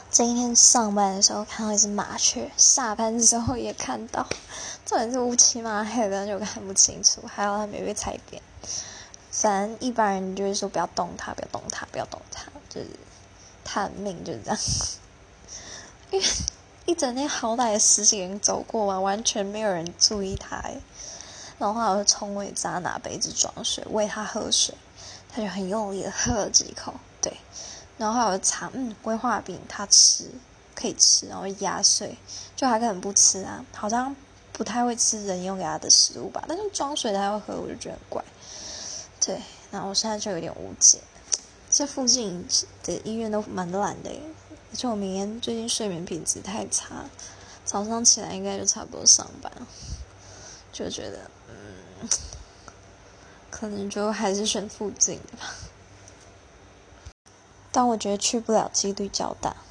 今天上班的时候看到一只麻雀，下班的时候也看到，重点是乌漆嘛黑的，就看不清楚，还好它没被踩扁。反正一般人就会说不要动它，不要动它，不要动它，就是它的命就是这样。因为一整天好歹有10几个人走过嘛，完全没有人注意它。然后后来我就冲回家拿杯子装水，喂它喝水，它就很用力的喝了几口，对。然后后来我就查，威化饼它吃可以吃，然后压碎，就它根本不吃啊，好像不太会吃人用给它的食物吧，但是装水它会喝，我就觉得很怪。对，然后我现在就有点无解，这附近的医院都蛮烂的耶，而且我明天最近睡眠品质太差，早上起来应该就差不多上班，就觉得可能就还是选附近的吧，但我觉得去不了几率较大。